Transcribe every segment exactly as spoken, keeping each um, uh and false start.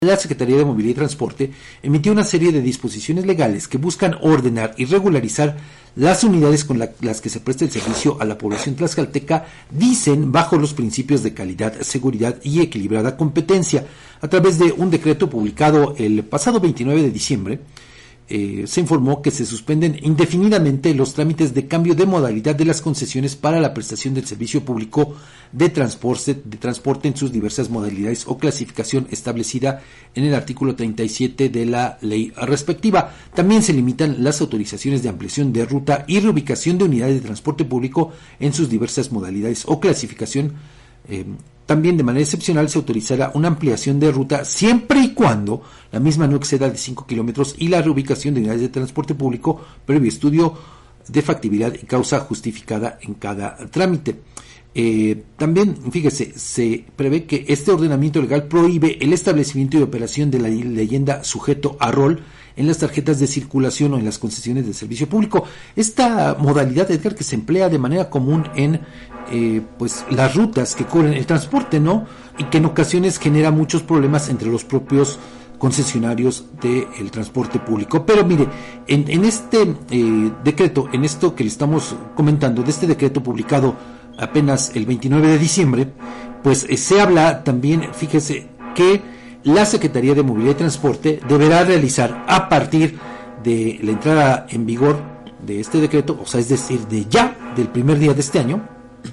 La Secretaría de Movilidad y Transporte emitió una serie de disposiciones legales que buscan ordenar y regularizar las unidades con la, las que se presta el servicio a la población tlaxcalteca, dicen bajo los principios de calidad, seguridad y equilibrada competencia. A través de un decreto publicado el pasado veintinueve de diciembre, eh, se informó que se suspenden indefinidamente los trámites de cambio de modalidad de las concesiones para la prestación del servicio público de transporte, de transporte en sus diversas modalidades o clasificación establecida en el artículo treinta y siete de la ley respectiva. También se limitan las autorizaciones de ampliación de ruta y reubicación de unidades de transporte público en sus diversas modalidades o clasificación. Eh, También de manera excepcional se autorizará una ampliación de ruta siempre y cuando la misma no exceda de cinco kilómetros y la reubicación de unidades de transporte público previo estudio de factibilidad y causa justificada en cada trámite. Eh, también, fíjese, se prevé que este ordenamiento legal prohíbe el establecimiento y operación de la leyenda sujeto a rol en las tarjetas de circulación o en las concesiones de servicio público. Esta modalidad, Edgar, que se emplea de manera común en eh, pues las rutas que cubren el transporte, ¿no? Y que en ocasiones genera muchos problemas entre los propios concesionarios del transporte público. Pero mire, en, en este eh, decreto, en esto que le estamos comentando, de este decreto publicado apenas el veintinueve de diciembre, pues eh, se habla también, fíjese, que la Secretaría de Movilidad y Transporte deberá realizar a partir de la entrada en vigor de este decreto, o sea, es decir, de ya, del primer día de este año,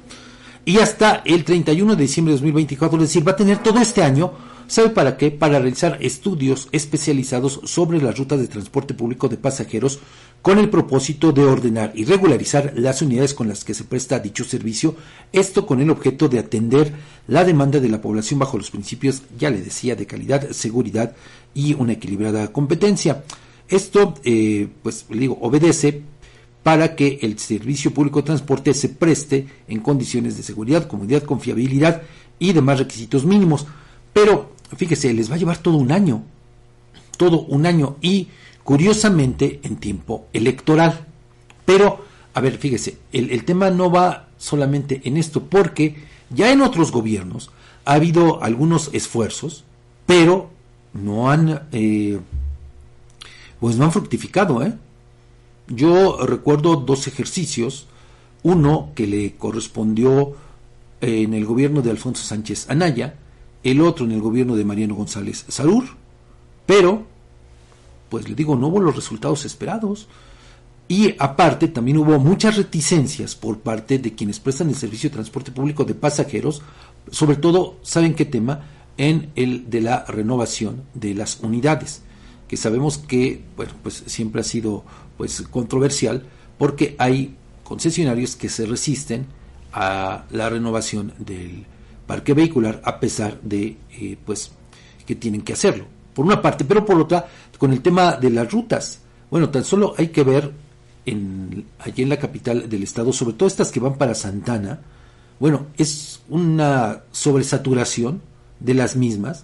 y hasta el treinta y uno de diciembre de dos mil veinticuatro, es decir, va a tener todo este año. ¿Sabe para qué? Para realizar estudios especializados sobre las rutas de transporte público de pasajeros con el propósito de ordenar y regularizar las unidades con las que se presta dicho servicio, esto con el objeto de atender la demanda de la población bajo los principios, ya le decía, de calidad, seguridad y una equilibrada competencia. Esto, eh, pues le digo, obedece para que el servicio público de transporte se preste en condiciones de seguridad, comodidad, confiabilidad y demás requisitos mínimos. Pero, fíjese, les va a llevar todo un año, todo un año y curiosamente en tiempo electoral. Pero, a ver, fíjese, el, el tema no va solamente en esto, porque ya en otros gobiernos ha habido algunos esfuerzos, pero no han, eh, pues no han fructificado, ¿eh? Yo recuerdo dos ejercicios, uno que le correspondió en el gobierno de Alfonso Sánchez Anaya, el otro en el gobierno de Mariano González Sarur, pero, pues le digo, no hubo los resultados esperados. Y aparte también hubo muchas reticencias por parte de quienes prestan el servicio de transporte público de pasajeros, sobre todo, ¿saben qué tema? En el de la renovación de las unidades, que sabemos que, bueno, pues siempre ha sido pues controversial, porque hay concesionarios que se resisten a la renovación del parque vehicular, a pesar de eh, pues que tienen que hacerlo, por una parte, pero por otra, con el tema de las rutas. Bueno, tan solo hay que ver en, allí en la capital del estado, sobre todo estas que van para Santana, bueno, es una sobresaturación de las mismas,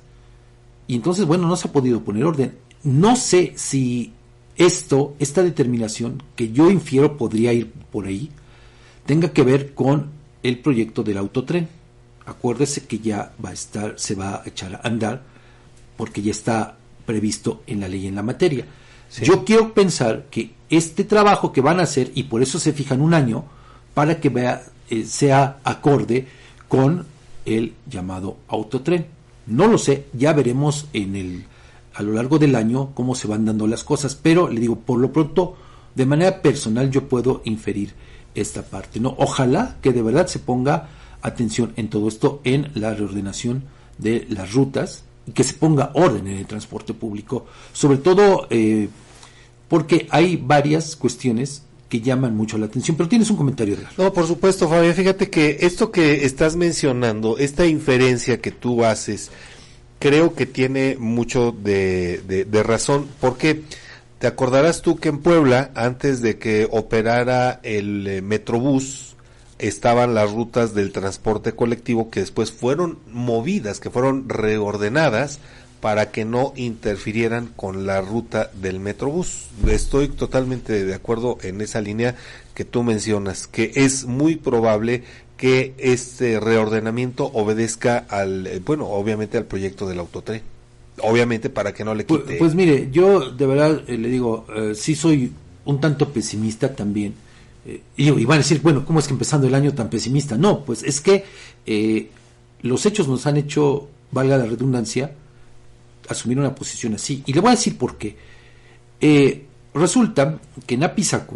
y entonces, bueno, no se ha podido poner orden. No sé si esto, esta determinación, que yo infiero podría ir por ahí, tenga que ver con el proyecto del autotren. Acuérdese que ya va a estar, se va a echar a andar, porque ya está previsto en la ley en la materia. Sí. Yo quiero pensar que este trabajo que van a hacer, y por eso se fijan un año, para que vea, eh, sea acorde con el llamado autotren. No lo sé, ya veremos en el a lo largo del año cómo se van dando las cosas, pero le digo, por lo pronto, de manera personal yo puedo inferir esta parte, ¿no? Ojalá que de verdad se ponga atención en todo esto, en la reordenación de las rutas, y que se ponga orden en el transporte público, sobre todo eh, porque hay varias cuestiones que llaman mucho la atención. Pero tienes un comentario, Edgar. No, por supuesto, Fabián, fíjate que esto que estás mencionando, esta inferencia que tú haces, creo que tiene mucho de, de, de razón, porque te acordarás tú que en Puebla, antes de que operara el eh, Metrobús, estaban las rutas del transporte colectivo que después fueron movidas, que fueron reordenadas para que no interfirieran con la ruta del Metrobús. Estoy totalmente de acuerdo en esa línea que tú mencionas, que es muy probable que este reordenamiento obedezca al, bueno, obviamente al proyecto del autotren. obviamente para que no le Pues, quite. pues mire, yo de verdad eh, le digo, eh, sí soy un tanto pesimista también. Eh, y, y van a decir, bueno, ¿cómo es que empezando el año tan pesimista? No, pues es que eh, los hechos nos han hecho, valga la redundancia, asumir una posición así. Y le voy a decir por qué. Eh, resulta que en Apizaco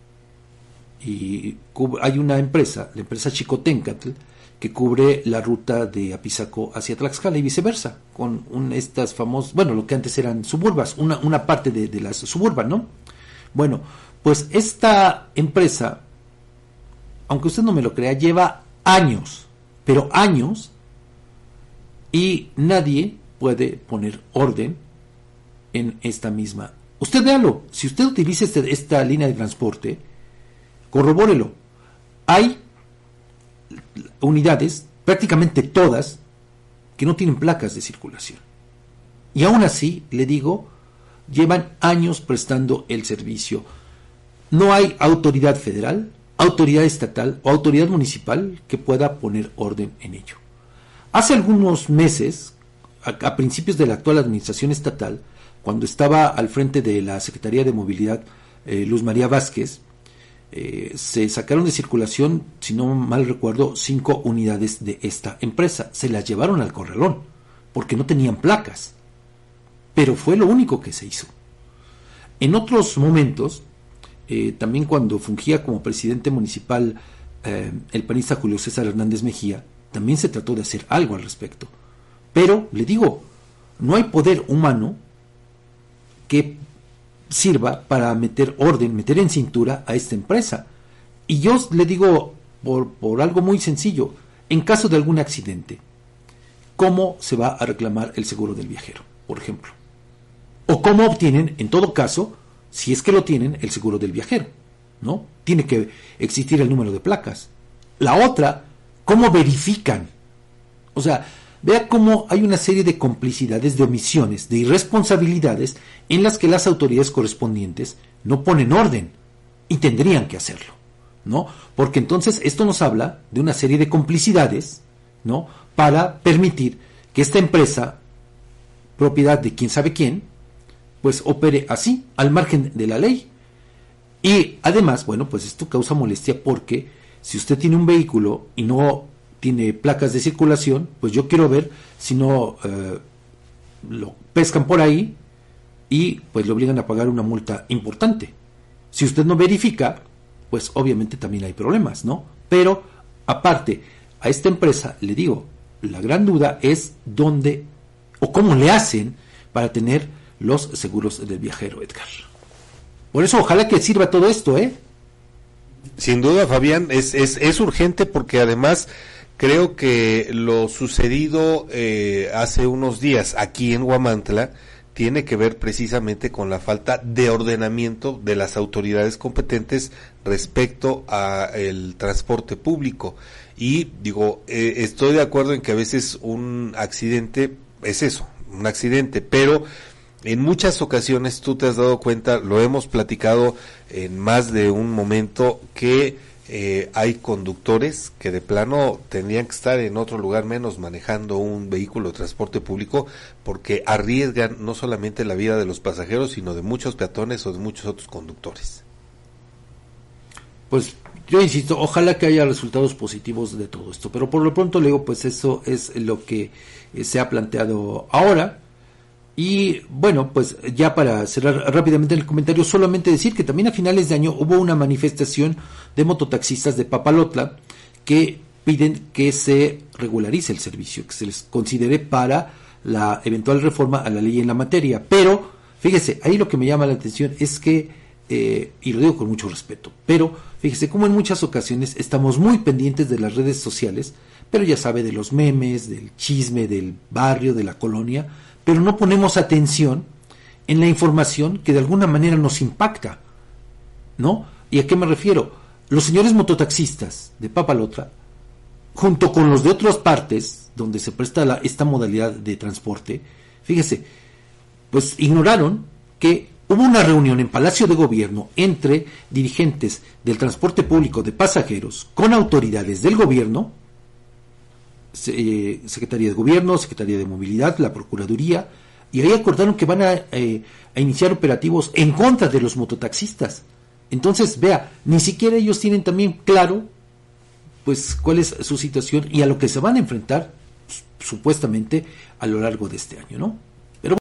y hay una empresa, la empresa Chicotencatl, que cubre la ruta de Apizaco hacia Tlaxcala y viceversa, con un, estas famosas, bueno, lo que antes eran suburbas, una, una parte de, de las suburbas, ¿no? Bueno, pues esta empresa, aunque usted no me lo crea, lleva años, pero años, y nadie puede poner orden en esta misma. Usted véalo, si usted utiliza este, esta línea de transporte, corrobórelo. Hay unidades, prácticamente todas, que no tienen placas de circulación. Y aún así, le digo, llevan años prestando el servicio. No hay autoridad federal, autoridad estatal o autoridad municipal que pueda poner orden en ello. Hace algunos meses, a, a principios de la actual administración estatal, cuando estaba al frente de la Secretaría de Movilidad eh, Luz María Vázquez, eh, se sacaron de circulación, si no mal recuerdo, cinco unidades de esta empresa. Se las llevaron al corralón, porque no tenían placas. Pero fue lo único que se hizo. En otros momentos, eh, también cuando fungía como presidente municipal eh, el panista Julio César Hernández Mejía, también se trató de hacer algo al respecto. Pero, le digo, no hay poder humano que sirva para meter orden, meter en cintura a esta empresa. Y yo le digo por, por algo muy sencillo, en caso de algún accidente, ¿cómo se va a reclamar el seguro del viajero, por ejemplo? O cómo obtienen, en todo caso, si es que lo tienen, el seguro del viajero, ¿no? Tiene que existir el número de placas. La otra, ¿cómo verifican? O sea, vea cómo hay una serie de complicidades, de omisiones, de irresponsabilidades en las que las autoridades correspondientes no ponen orden y tendrían que hacerlo, ¿no? Porque entonces esto nos habla de una serie de complicidades, ¿no? Para permitir que esta empresa, propiedad de quién sabe quién, pues opere así, al margen de la ley. Y además, bueno, pues esto causa molestia porque si usted tiene un vehículo y no tiene placas de circulación, pues yo quiero ver si no eh, lo pescan por ahí y pues le obligan a pagar una multa importante. Si usted no verifica, pues obviamente también hay problemas, ¿no? Pero aparte, a esta empresa, le digo, la gran duda es dónde o cómo le hacen para tener los seguros del viajero, Edgar. Por eso ojalá que sirva todo esto, ¿eh? Sin duda, Fabián, es, es, es urgente porque además creo que lo sucedido eh, hace unos días aquí en Huamantla tiene que ver precisamente con la falta de ordenamiento de las autoridades competentes respecto a el transporte público. Y digo, eh, estoy de acuerdo en que a veces un accidente es eso, un accidente, pero en muchas ocasiones tú te has dado cuenta, lo hemos platicado en más de un momento, que eh, hay conductores que de plano tendrían que estar en otro lugar menos manejando un vehículo de transporte público porque arriesgan no solamente la vida de los pasajeros, sino de muchos peatones o de muchos otros conductores. Pues yo insisto, ojalá que haya resultados positivos de todo esto, pero por lo pronto le digo, pues eso es lo que eh, se ha planteado ahora. Y bueno, pues ya para cerrar rápidamente el comentario, solamente decir que también a finales de año hubo una manifestación de mototaxistas de Papalotla que piden que se regularice el servicio, que se les considere para la eventual reforma a la ley en la materia. Pero, fíjese, ahí lo que me llama la atención es que, eh, y lo digo con mucho respeto, pero fíjese cómo en muchas ocasiones estamos muy pendientes de las redes sociales, pero ya sabe, de los memes, del chisme, del barrio, de la colonia, pero no ponemos atención en la información que de alguna manera nos impacta, ¿no? ¿Y a qué me refiero? Los señores mototaxistas de Papalotla, junto con los de otras partes donde se presta la, esta modalidad de transporte, fíjese, pues ignoraron que hubo una reunión en Palacio de Gobierno entre dirigentes del transporte público de pasajeros con autoridades del gobierno, Secretaría de Gobierno, Secretaría de Movilidad, la Procuraduría, y ahí acordaron que van a, eh, a iniciar operativos en contra de los mototaxistas. Entonces, vea, ni siquiera ellos tienen también claro pues cuál es su situación y a lo que se van a enfrentar supuestamente a lo largo de este año, ¿no?